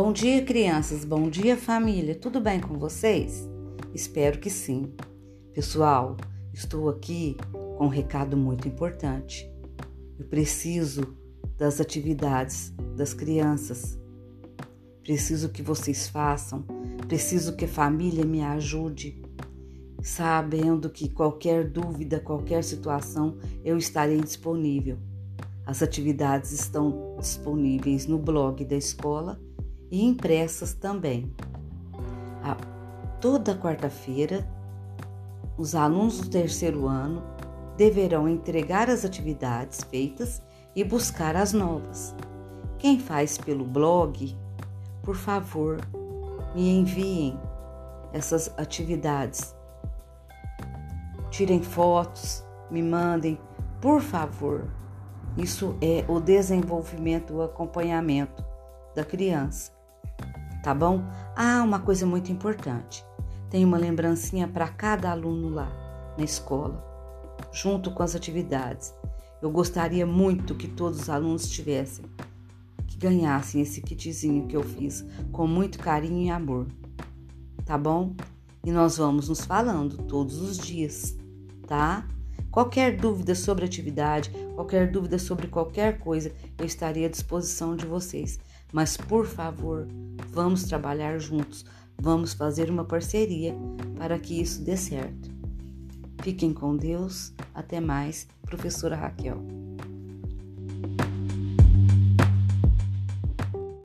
Bom dia, crianças. Bom dia, família. Tudo bem com vocês? Espero que sim. Pessoal, estou aqui com um recado muito importante. Eu preciso das atividades das crianças. Preciso que vocês façam. Preciso que a família me ajude. Sabendo que qualquer dúvida, qualquer situação, eu estarei disponível. As atividades estão disponíveis no blog da escola e impressas também. Toda quarta-feira, os alunos do terceiro ano deverão entregar as atividades feitas e buscar as novas. Quem faz pelo blog, por favor, me enviem essas atividades. Tirem fotos, me mandem, por favor. Isso é o desenvolvimento, o acompanhamento da criança. Tá bom? Uma coisa muito importante. Tem uma lembrancinha para cada aluno lá na escola, junto com as atividades. Eu gostaria muito que todos os alunos tivessem, que ganhassem esse kitzinho que eu fiz com muito carinho e amor. Tá bom? E nós vamos nos falando todos os dias, tá? Qualquer dúvida sobre atividade, qualquer dúvida sobre qualquer coisa, eu estarei à disposição de vocês. Mas, por favor, vamos trabalhar juntos, vamos fazer uma parceria para que isso dê certo. Fiquem com Deus. Até mais, professora Raquel.